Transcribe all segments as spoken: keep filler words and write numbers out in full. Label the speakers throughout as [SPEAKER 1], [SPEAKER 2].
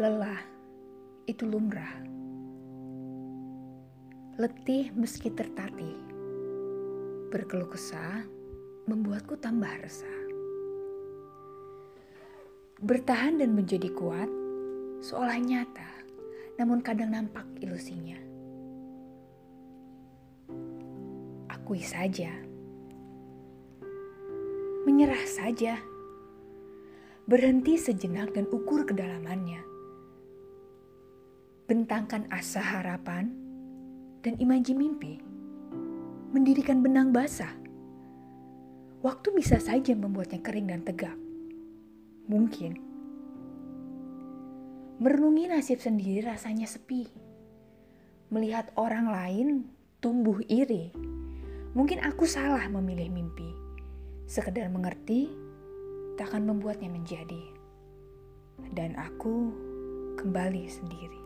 [SPEAKER 1] Lelah itu lumrah. Letih meski tertatih. Berkeluh kesah membuatku tambah resah. Bertahan dan menjadi kuat seolah nyata, namun kadang nampak ilusinya. Akui saja. Menyerah saja. Berhenti sejenak dan ukur kedalamannya. Bentangkan asa harapan dan imaji mimpi. Mendirikan benang basah. Waktu bisa saja membuatnya kering dan tegak. Mungkin. Merenungi nasib sendiri rasanya sepi. Melihat orang lain tumbuh iri. Mungkin aku salah memilih mimpi. Sekedar mengerti takkan membuatnya menjadi. Dan aku kembali sendiri.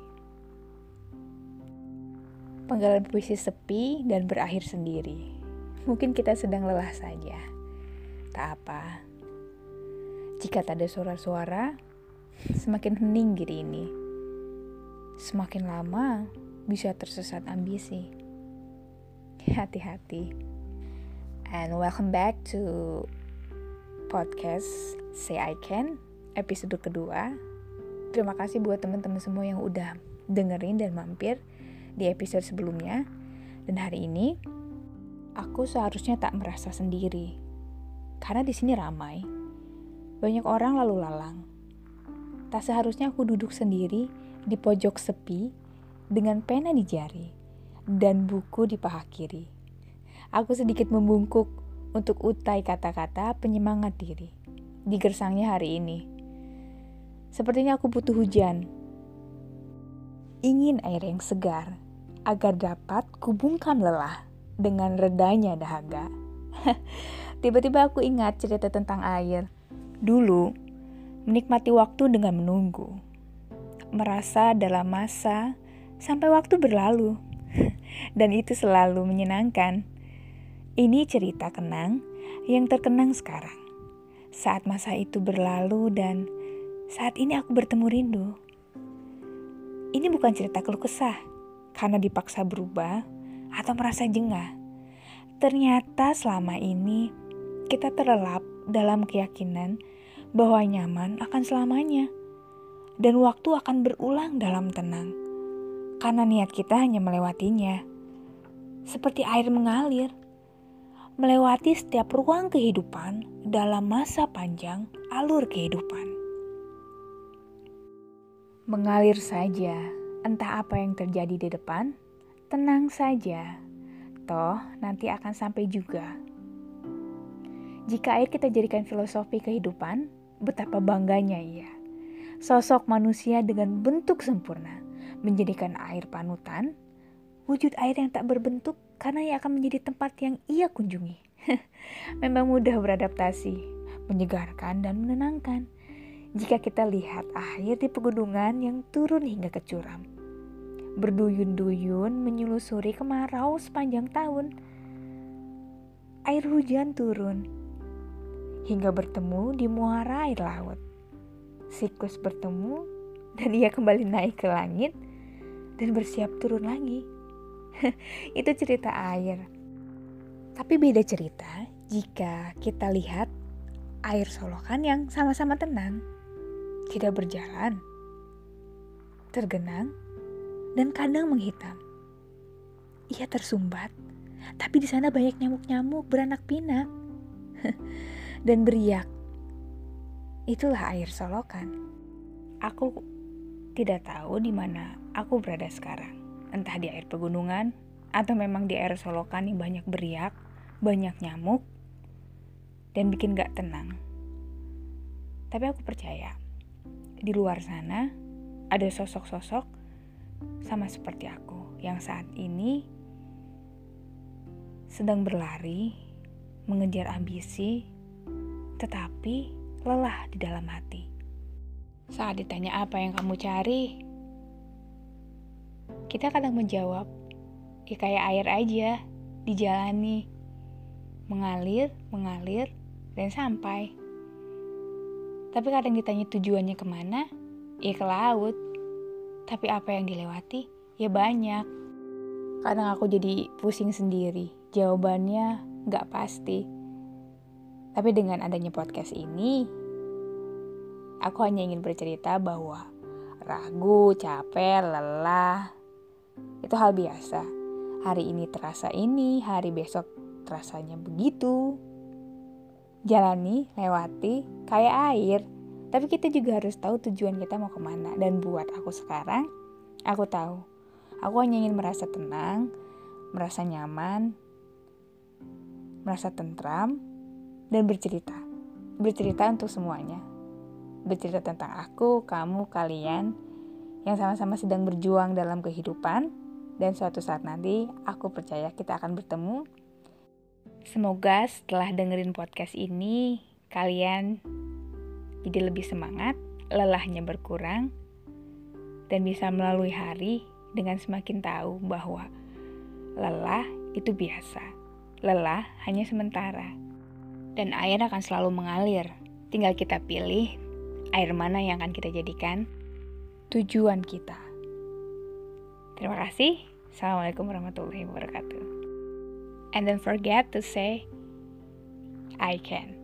[SPEAKER 1] Penggalan puisi sepi dan berakhir sendiri. Mungkin kita sedang lelah saja. Tak apa. Jika tak ada suara-suara, semakin hening diri ini. Semakin lama bisa tersesat ambisi. Hati-hati. And welcome back to podcast Say I Can, episode kedua. Terima kasih buat teman-teman semua yang udah dengerin dan mampir di episode sebelumnya. Dan hari ini aku seharusnya tak merasa sendiri. Karena di sini ramai. Banyak orang lalu lalang. Tak seharusnya aku duduk sendiri di pojok sepi dengan pena di jari dan buku di paha kiri. Aku sedikit membungkuk untuk utai kata-kata penyemangat diri di gersangnya hari ini. Sepertinya aku butuh hujan. Ingin air yang segar agar dapat kubungkam lelah dengan redanya dahaga. Tiba-tiba aku ingat cerita tentang air. Dulu, menikmati waktu dengan menunggu. Merasa dalam masa sampai waktu berlalu. Dan itu selalu menyenangkan. Ini cerita kenang yang terkenang sekarang. Saat masa itu berlalu dan saat ini aku bertemu rindu. Ini bukan cerita keluh kesah karena dipaksa berubah atau merasa jengah. Ternyata selama ini kita terlelap dalam keyakinan bahwa nyaman akan selamanya dan waktu akan berulang dalam tenang. Karena niat kita hanya melewatinya. Seperti air mengalir, melewati setiap ruang kehidupan dalam masa panjang alur kehidupan. Mengalir saja, entah apa yang terjadi di depan, tenang saja, toh nanti akan sampai juga. Jika air kita jadikan filosofi kehidupan, betapa bangganya ia. Sosok manusia dengan bentuk sempurna, menjadikan air panutan, wujud air yang tak berbentuk karena ia akan menjadi tempat yang ia kunjungi. Memang mudah beradaptasi, menyegarkan dan menenangkan. Jika kita lihat air di pegunungan yang turun hingga ke curam. Berduyun-duyun menyelusuri kemarau sepanjang tahun. Air hujan turun hingga bertemu di muara air laut. Siklus bertemu dan ia kembali naik ke langit dan bersiap turun lagi. Itu cerita air. Tapi beda cerita jika kita lihat air solokan yang sama-sama tenang. Tidak berjalan, tergenang, dan kadang menghitam. Ia tersumbat, tapi di sana banyak nyamuk-nyamuk beranak pinak dan beriak. Itulah air solokan. Aku tidak tahu di mana aku berada sekarang. Entah di air pegunungan atau memang di air solokan yang banyak beriak, banyak nyamuk, dan bikin gak tenang. Tapi aku percaya, di luar sana ada sosok-sosok sama seperti aku yang saat ini sedang berlari, mengejar ambisi, tetapi lelah di dalam hati. Saat ditanya apa yang kamu cari, kita kadang menjawab, ya kayak air aja, dijalani, mengalir, mengalir, dan sampai. Tapi kadang ditanya tujuannya kemana, ya ke laut. Tapi apa yang dilewati? Ya banyak. Kadang aku jadi pusing sendiri. Jawabannya gak pasti. Tapi dengan adanya podcast ini, aku hanya ingin bercerita bahwa ragu, capek, lelah, itu hal biasa. Hari ini terasa ini, hari besok terasanya begitu. Jalani, lewati, kayak air. Tapi kita juga harus tahu tujuan kita mau kemana. Dan buat aku sekarang, aku tahu. Aku hanya ingin merasa tenang, merasa nyaman, merasa tentram, dan bercerita. Bercerita untuk semuanya. Bercerita tentang aku, kamu, kalian, yang sama-sama sedang berjuang dalam kehidupan. Dan suatu saat nanti, aku percaya kita akan bertemu. Semoga setelah dengerin podcast ini, kalian jadi lebih semangat, lelahnya berkurang, dan bisa melalui hari dengan semakin tahu bahwa lelah itu biasa. Lelah hanya sementara. Dan air akan selalu mengalir. Tinggal kita pilih air mana yang akan kita jadikan tujuan kita. Terima kasih. Assalamualaikum warahmatullahi wabarakatuh. And don't forget to say, I can.